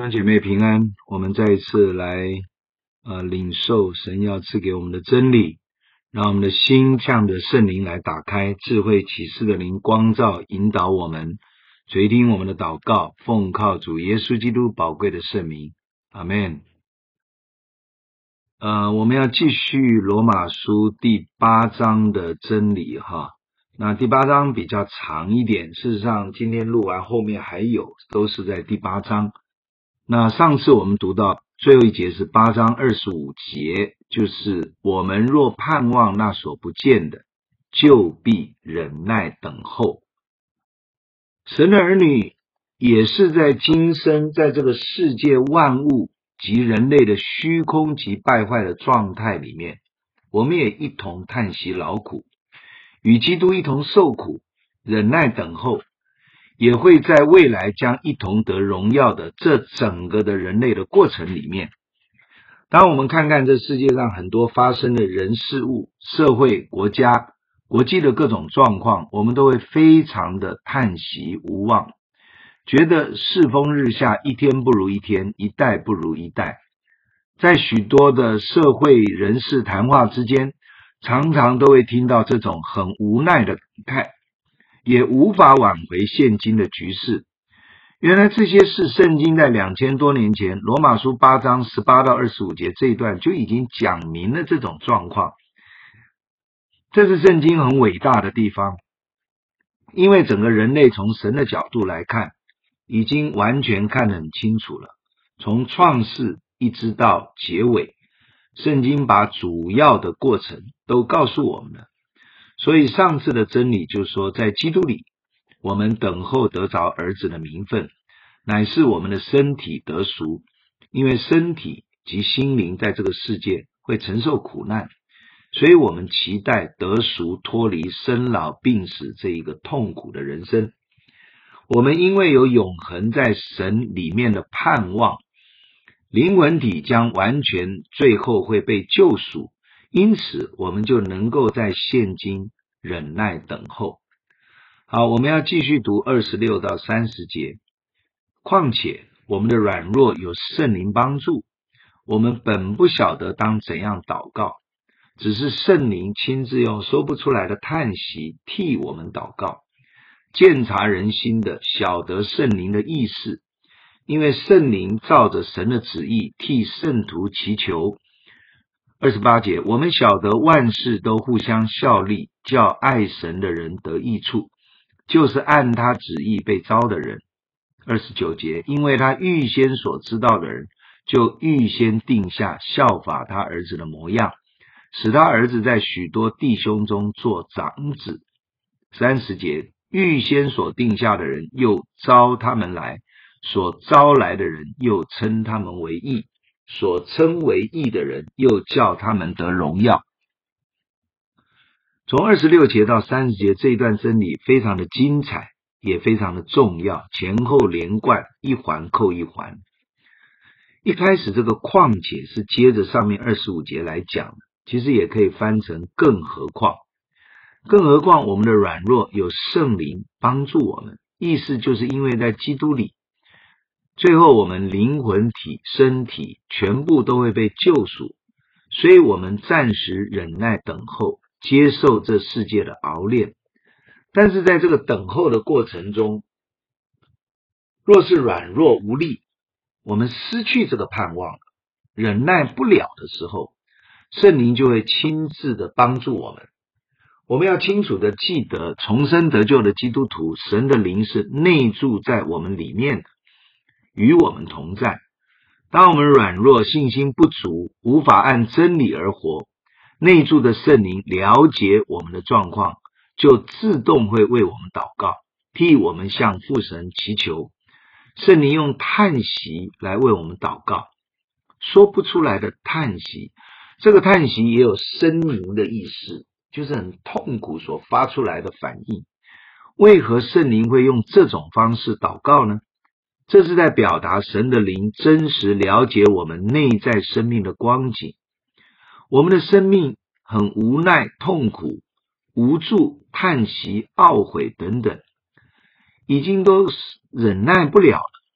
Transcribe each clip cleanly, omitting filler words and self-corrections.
兄姐妹平安，我们再一次来领受神要赐给我们的真理，让我们的心向着圣灵来打开，智慧启示的灵光照引导我们，垂听我们的祷告，奉靠主耶稣基督宝贵的圣名，阿们。我们要继续罗马书第8章的真理哈。那第8章比较长一点，事实上今天录完后面还有，都是在第8章。那上次我们读到最后一节是8章25节，就是我们若盼望那所不见的，就必忍耐等候。神的儿女也是在今生，在这个世界万物及人类的虚空及败坏的状态里面，我们也一同叹息劳苦，与基督一同受苦，忍耐等候，也会在未来将一同得荣耀的这整个的人类的过程里面。当我们看看这世界上很多发生的人事物、社会、国家、国际的各种状况，我们都会非常的叹息无望，觉得世风日下，一天不如一天，一代不如一代。在许多的社会人士谈话之间，常常都会听到这种很无奈的感慨，也无法挽回现今的局势。原来这些事圣经在2000多年前罗马书8章18到25节这一段就已经讲明了这种状况。这是圣经很伟大的地方，因为整个人类从神的角度来看，已经完全看得很清楚了，从创世一直到结尾，圣经把主要的过程都告诉我们了。所以上次的真理就是说，在基督里我们等候得着儿子的名分，乃是我们的身体得赎，因为身体及心灵在这个世界会承受苦难，所以我们期待得赎，脱离生老病死这一个痛苦的人生。我们因为有永恒在神里面的盼望，灵魂体将完全最后会被救赎，因此我们就能够在现今忍耐等候。好，我们要继续读26到30节。况且我们的软弱有圣灵帮助，我们本不晓得当怎样祷告，只是圣灵亲自用说不出来的叹息替我们祷告。鉴察人心的晓得圣灵的意思，因为圣灵照着神的旨意替圣徒祈求。28节，我们晓得万事都互相效力，叫爱神的人得益处，就是按他旨意被召的人。29节，因为他预先所知道的人，就预先定下效法他儿子的模样，使他儿子在许多弟兄中做长子。30节，预先所定下的人又招他们来，所招来的人又称他们为义，所称为义的人又叫他们得荣耀。从26节到30节这一段真理非常的精彩，也非常的重要，前后连贯，一环扣一环。一开始这个况且是接着上面25节来讲的，其实也可以翻成更何况。更何况我们的软弱有圣灵帮助我们，意思就是因为在基督里，最后我们灵魂体、身体全部都会被救赎，所以我们暂时忍耐等候，接受这世界的熬炼。但是在这个等候的过程中，若是软弱无力，我们失去这个盼望了，忍耐不了的时候，圣灵就会亲自的帮助我们。我们要清楚的记得，重生得救的基督徒，神的灵是内住在我们里面的，与我们同在。当我们软弱、信心不足，无法按真理而活，内住的圣灵了解我们的状况，就自动会为我们祷告，替我们向父神祈求。圣灵用叹息来为我们祷告，说不出来的叹息，这个叹息也有呻吟的意思，就是很痛苦所发出来的反应。为何圣灵会用这种方式祷告呢？这是在表达神的灵真实了解我们内在生命的光景。我们的生命很无奈、痛苦、无助、叹息、懊悔等等，已经都忍耐不了了。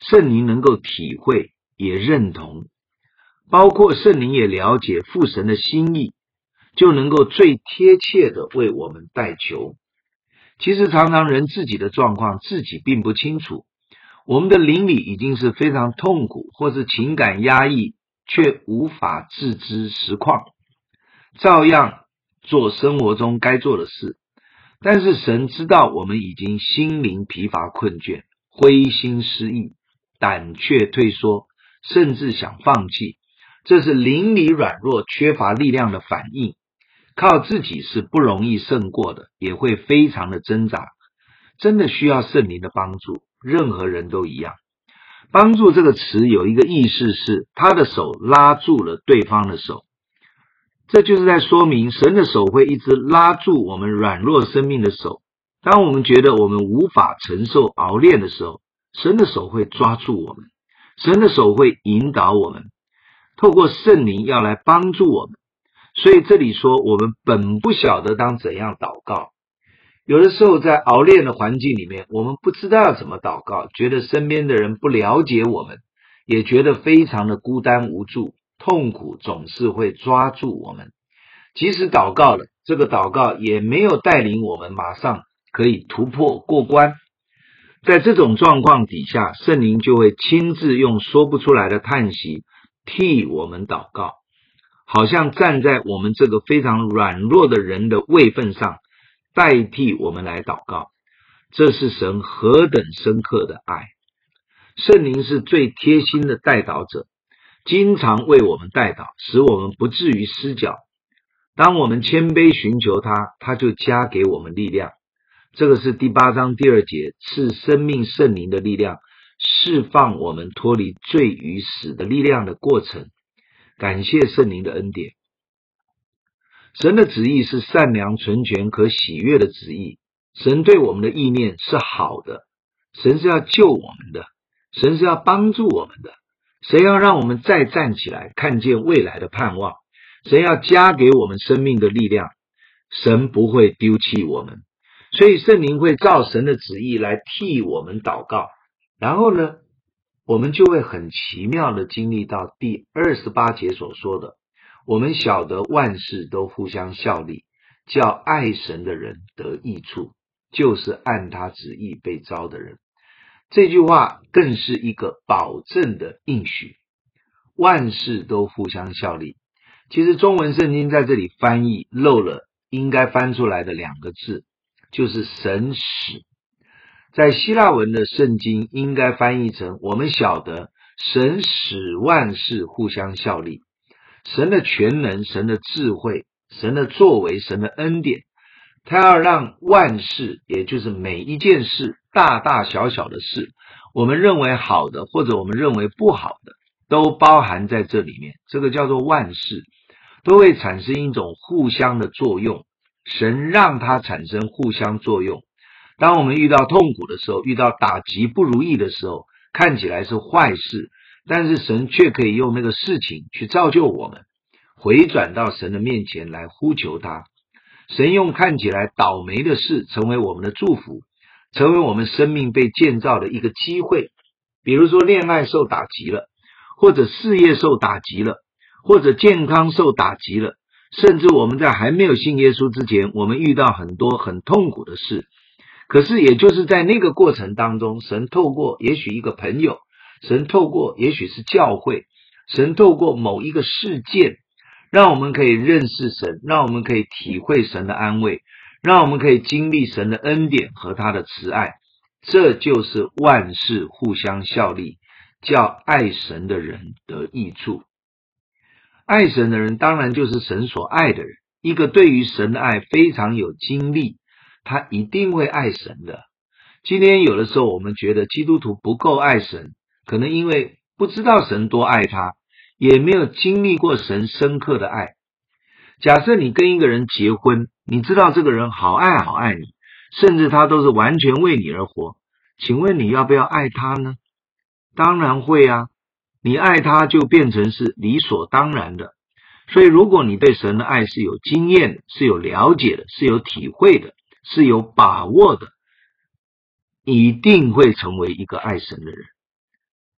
圣灵能够体会也认同，包括圣灵也了解父神的心意，就能够最贴切的为我们代求。其实常常人自己的状况自己并不清楚，我们的灵里已经是非常痛苦，或是情感压抑，却无法自知实况，照样做生活中该做的事。但是神知道我们已经心灵疲乏困倦，灰心失意，胆怯退缩，甚至想放弃。这是灵里软弱缺乏力量的反应，靠自己是不容易胜过的，也会非常的挣扎，真的需要圣灵的帮助，任何人都一样。帮助这个词有一个意思是他的手拉住了对方的手，这就是在说明神的手会一直拉住我们软弱生命的手。当我们觉得我们无法承受熬炼的时候，神的手会抓住我们，神的手会引导我们，透过圣灵要来帮助我们。所以这里说我们本不晓得当怎样祷告，有的时候在熬炼的环境里面，我们不知道要怎么祷告，觉得身边的人不了解我们，也觉得非常的孤单无助，痛苦总是会抓住我们。即使祷告了，这个祷告也没有带领我们马上可以突破过关。在这种状况底下，圣灵就会亲自用说不出来的叹息替我们祷告，好像站在我们这个非常软弱的人的位分上，代替我们来祷告。这是神何等深刻的爱。圣灵是最贴心的代祷者，经常为我们代祷，使我们不至于失脚。当我们谦卑寻求他，他就加给我们力量。这个是第8章第2节，赐生命圣灵的力量，释放我们脱离罪与死的力量的过程。感谢圣灵的恩典。神的旨意是善良、纯全、可喜悦的旨意。神对我们的意念是好的，神是要救我们的，神是要帮助我们的，神要让我们再站起来，看见未来的盼望，神要加给我们生命的力量，神不会丢弃我们。所以圣灵会照神的旨意来替我们祷告，然后呢，我们就会很奇妙的经历到第28节所说的，我们晓得万事都互相效力，叫爱神的人得益处，就是按他旨意被召的人。这句话更是一个保证的应许，万事都互相效力。其实中文圣经在这里翻译漏了应该翻出来的2个字，就是神使。在希腊文的圣经应该翻译成我们晓得神使万事互相效力。神的全能，神的智慧，神的作为，神的恩典，他要让万事，也就是每一件事，大大小小的事，我们认为好的或者我们认为不好的，都包含在这里面。这个叫做万事，都会产生一种互相的作用，神让它产生互相作用。当我们遇到痛苦的时候，遇到打击不如意的时候，看起来是坏事，但是神却可以用那个事情去造就我们，回转到神的面前来呼求他。神用看起来倒霉的事成为我们的祝福，成为我们生命被建造的一个机会。比如说恋爱受打击了，或者事业受打击了，或者健康受打击了，甚至我们在还没有信耶稣之前，我们遇到很多很痛苦的事。可是也就是在那个过程当中，神透过也许一个朋友，神透过也许是教会，神透过某一个事件，让我们可以认识神，让我们可以体会神的安慰，让我们可以经历神的恩典和他的慈爱。这就是万事互相效力，叫爱神的人得益处。爱神的人当然就是神所爱的人，一个对于神的爱非常有经历，他一定会爱神的。今天有的时候我们觉得基督徒不够爱神，可能因为不知道神多爱他，也没有经历过神深刻的爱。假设你跟一个人结婚，你知道这个人好爱好爱你，甚至他都是完全为你而活，请问你要不要爱他呢？当然会啊，你爱他就变成是理所当然的。所以如果你对神的爱是有经验的，是有了解的，是有体会的，是有把握的，一定会成为一个爱神的人。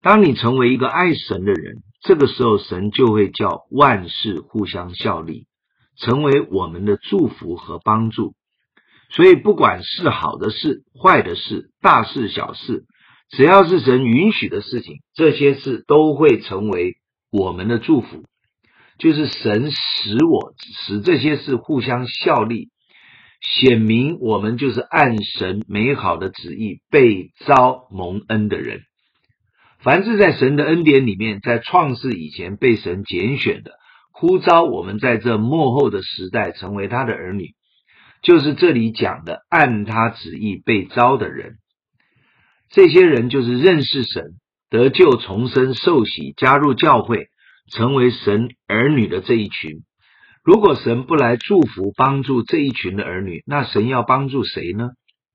当你成为一个爱神的人，这个时候神就会叫万事互相效力，成为我们的祝福和帮助。所以不管是好的事、坏的事、大事小事，只要是神允许的事情，这些事都会成为我们的祝福。就是神使这些事互相效力，显明我们就是按神美好的旨意被召蒙恩的人。凡是在神的恩典里面，在创世以前被神拣选的，呼召我们在这末后的时代成为他的儿女，就是这里讲的按他旨意被召的人。这些人就是认识神、得救、重生、受洗、加入教会，成为神儿女的这一群。如果神不来祝福帮助这一群的儿女，那神要帮助谁呢？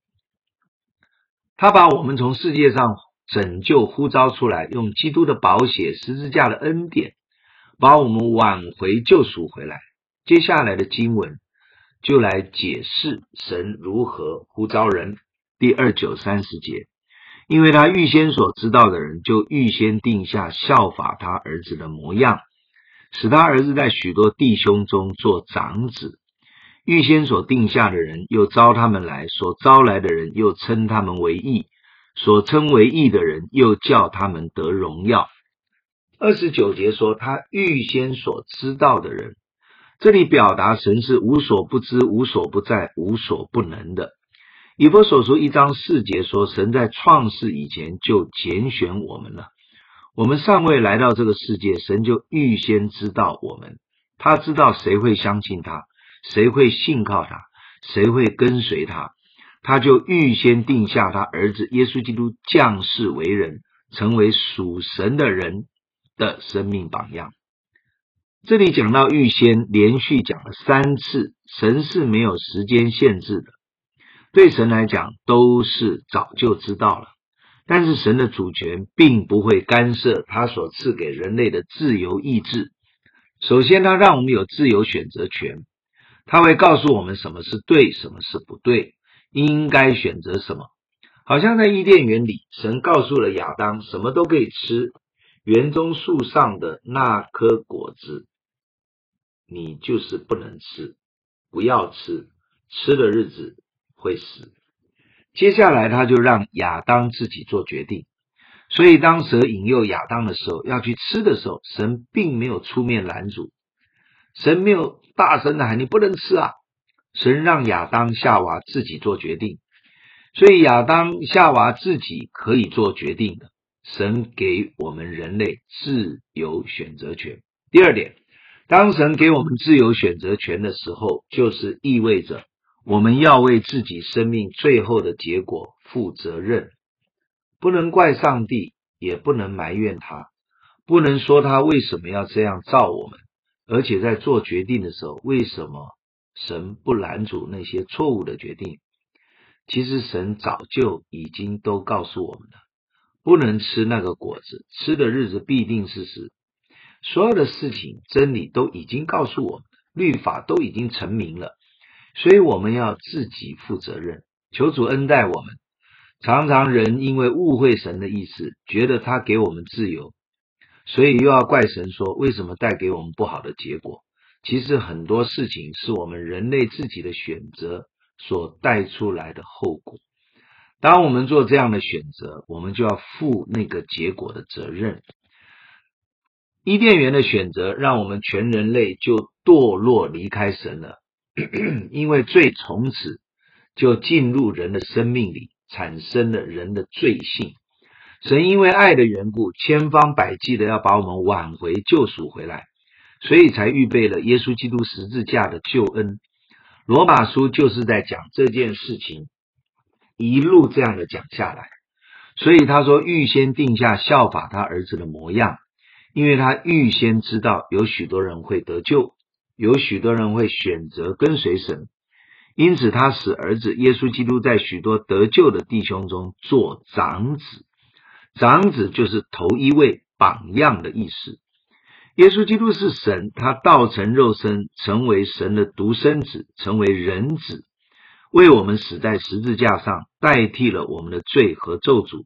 他把我们从世界上拯救呼召出来，用基督的宝血、十字架的恩典把我们挽回救赎回来。接下来的经文就来解释神如何呼召人。第29、30节，因为他预先所知道的人，就预先定下效法他儿子的模样，使他儿子在许多弟兄中做长子。预先所定下的人，又招他们来；所招来的人，又称他们为义；所称为义的人，又叫他们得荣耀。29节说，他预先所知道的人，这里表达神是无所不知、无所不在、无所不能的。以弗所书1章4节说，神在创世以前就拣选我们了。我们尚未来到这个世界，神就预先知道我们。他知道谁会相信他，谁会信靠他，谁会跟随他。他就预先定下他儿子耶稣基督降世为人，成为属神的人的生命榜样。这里讲到预先，连续讲了3次，神是没有时间限制的。对神来讲，都是早就知道了。但是神的主权并不会干涉他所赐给人类的自由意志。首先，他让我们有自由选择权，他会告诉我们什么是对，什么是不对，应该选择什么。好像在伊甸园里，神告诉了亚当什么都可以吃，园中树上的那颗果子你就是不能吃，不要吃，吃的日子会死。接下来他就让亚当自己做决定。所以当蛇引诱亚当的时候，要去吃的时候，神并没有出面拦阻，神没有大声的喊你不能吃啊，神让亚当夏娃自己做决定。所以亚当夏娃自己可以做决定的，神给我们人类自由选择权。第二点，当神给我们自由选择权的时候，就是意味着我们要为自己生命最后的结果负责任。不能怪上帝，也不能埋怨他，不能说他为什么要这样造我们，而且在做决定的时候，为什么神不拦阻那些错误的决定？其实神早就已经都告诉我们了，不能吃那个果子，吃的日子必定是死。所有的事情真理都已经告诉我们，律法都已经成明了，所以我们要自己负责任。求主恩待我们。常常人因为误会神的意思，觉得他给我们自由，所以又要怪神说为什么带给我们不好的结果。其实很多事情是我们人类自己的选择所带出来的后果。当我们做这样的选择，我们就要负那个结果的责任。伊甸园的选择让我们全人类就堕落离开神了因为罪从此就进入人的生命里，产生了人的罪性。神因为爱的缘故，千方百计的要把我们挽回救赎回来，所以才预备了耶稣基督十字架的救恩。罗马书就是在讲这件事情，一路这样的讲下来。所以他说预先定下效法他儿子的模样，因为他预先知道有许多人会得救，有许多人会选择跟随神，因此他使儿子耶稣基督在许多得救的弟兄中做长子。长子就是头一位，榜样的意思。耶稣基督是神，他道成肉身，成为神的独生子，成为人子，为我们死在十字架上，代替了我们的罪和咒诅，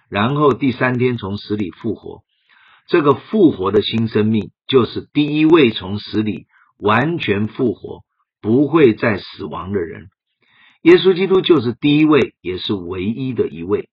然后第3天从死里复活。这个复活的新生命就是第一位从死里完全复活，不会再死亡的人。耶稣基督就是第一位，也是唯一的一位，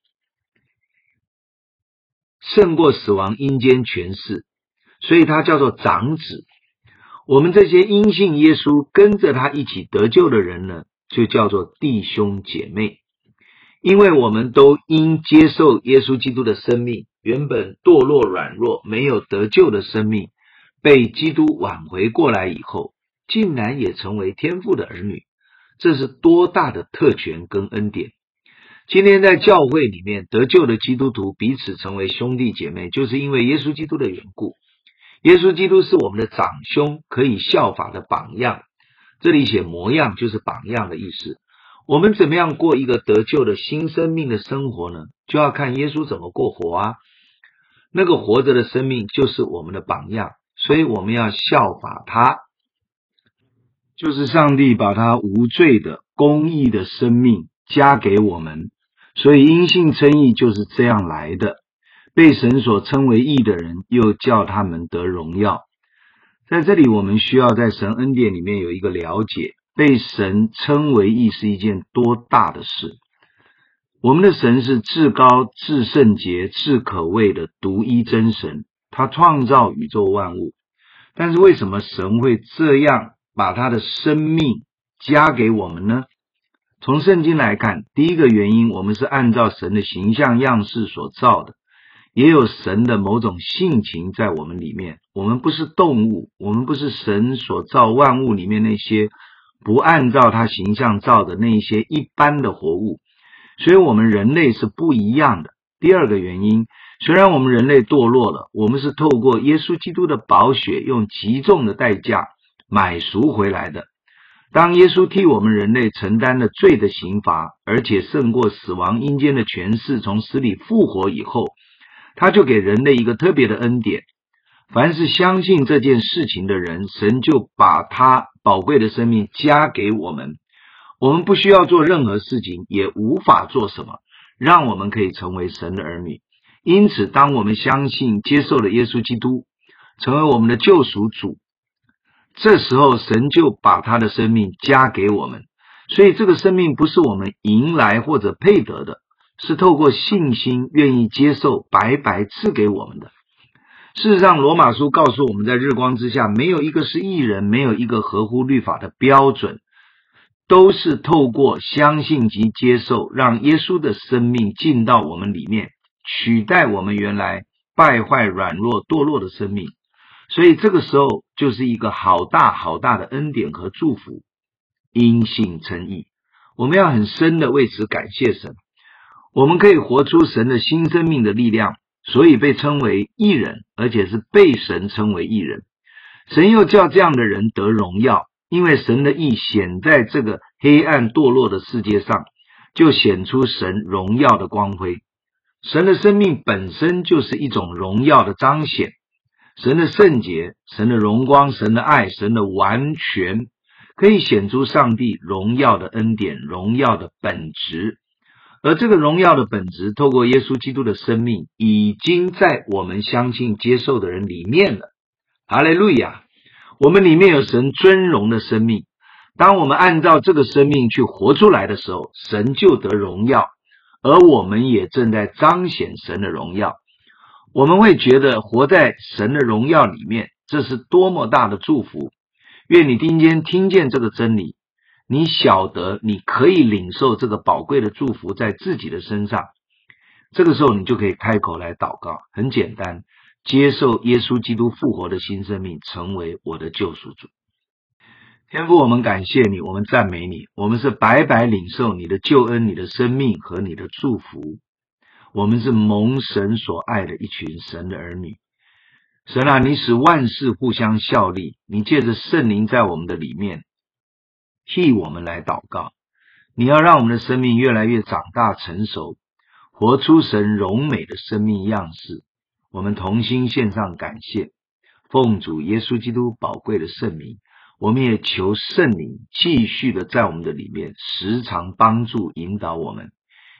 胜过死亡阴间权势，所以他叫做长子。我们这些因信耶稣跟着他一起得救的人呢，就叫做弟兄姐妹。因为我们都因接受耶稣基督的生命，原本堕落软弱没有得救的生命，被基督挽回过来以后，竟然也成为天父的儿女，这是多大的特权跟恩典。今天在教会里面得救的基督徒彼此成为兄弟姐妹，就是因为耶稣基督的缘故。耶稣基督是我们的长兄，可以效法的榜样。这里写模样就是榜样的意思。我们怎么样过一个得救的新生命的生活呢？就要看耶稣怎么过活啊。那个活着的生命就是我们的榜样，所以我们要效法他，就是上帝把他无罪的公义的生命加给我们，所以因信称义就是这样来的。被神所称为义的人，又叫他们得荣耀。在这里我们需要在神恩典里面有一个了解，被神称为义是一件多大的事。我们的神是至高、至圣洁、至可畏的独一真神，他创造宇宙万物。但是为什么神会这样把他的生命加给我们呢？从圣经来看，第一个原因，我们是按照神的形象样式所造的，也有神的某种性情在我们里面。我们不是动物，我们不是神所造万物里面那些不按照他形象造的那些一般的活物，所以我们人类是不一样的。第二个原因，虽然我们人类堕落了，我们是透过耶稣基督的宝血用极重的代价买赎回来的。当耶稣替我们人类承担了罪的刑罚，而且胜过死亡阴间的权势，从死里复活以后，他就给人类一个特别的恩典。凡是相信这件事情的人，神就把他宝贵的生命加给我们。我们不需要做任何事情，也无法做什么，让我们可以成为神的儿女。因此，当我们相信接受了耶稣基督，成为我们的救赎主，这时候神就把他的生命加给我们。所以这个生命不是我们迎来或者配得的，是透过信心愿意接受白白赐给我们的。事实上，罗马书告诉我们，在日光之下没有一个是义人，没有一个合乎律法的标准，都是透过相信及接受，让耶稣的生命进到我们里面，取代我们原来败坏、软弱、堕落的生命。所以这个时候就是一个好大好大的恩典和祝福。因信称义，我们要很深的为此感谢神。我们可以活出神的新生命的力量，所以被称为义人，而且是被神称为义人。神又叫这样的人得荣耀，因为神的义显在这个黑暗堕落的世界上，就显出神荣耀的光辉。神的生命本身就是一种荣耀的彰显，神的圣洁、神的荣光、神的爱、神的完全，可以显出上帝荣耀的恩典、荣耀的本质。而这个荣耀的本质，透过耶稣基督的生命，已经在我们相信接受的人里面了。哈利路亚！我们里面有神尊荣的生命，当我们按照这个生命去活出来的时候，神就得荣耀，而我们也正在彰显神的荣耀。我们会觉得活在神的荣耀里面，这是多么大的祝福。愿你今天听见这个真理，你晓得你可以领受这个宝贵的祝福在自己的身上。这个时候你就可以开口来祷告，很简单，接受耶稣基督复活的新生命，成为我的救赎主。天父，我们感谢你，我们赞美你，我们是白白领受你的救恩、你的生命和你的祝福。我们是蒙神所爱的一群神的儿女。神啊，你使万事互相效力，你借着圣灵在我们的里面替我们来祷告。你要让我们的生命越来越长大成熟，活出神荣美的生命样式。我们同心献上感谢，奉主耶稣基督宝贵的圣名，我们也求圣灵继续的在我们的里面时常帮助引导我们，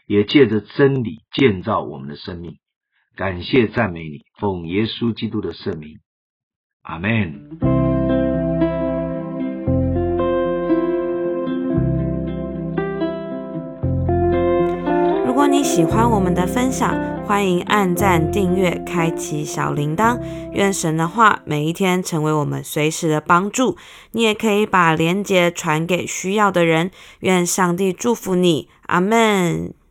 也借着真理建造我们的生命。感谢赞美你，奉耶稣基督的圣名，阿们。 如果你喜欢我们的分享，欢迎按赞、订阅、开启小铃铛。愿神的话每一天成为我们随时的帮助。你也可以把连结传给需要的人。愿上帝祝福你，阿们。